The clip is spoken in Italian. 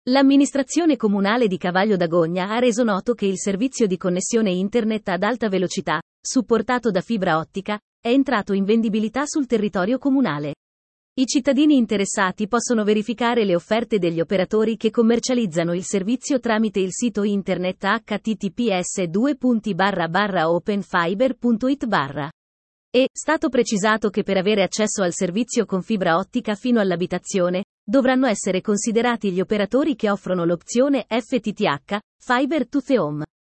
L'amministrazione comunale di Cavaglio d'Agogna ha reso noto che il servizio di connessione internet ad alta velocità, supportato da fibra ottica, è entrato in vendibilità sul territorio comunale. I cittadini interessati possono verificare le offerte degli operatori che commercializzano il servizio tramite il sito internet https://openfiber.it/. È stato precisato che per avere accesso al servizio con fibra ottica fino all'abitazione, dovranno essere considerati gli operatori che offrono l'opzione FTTH, Fiber to the Home.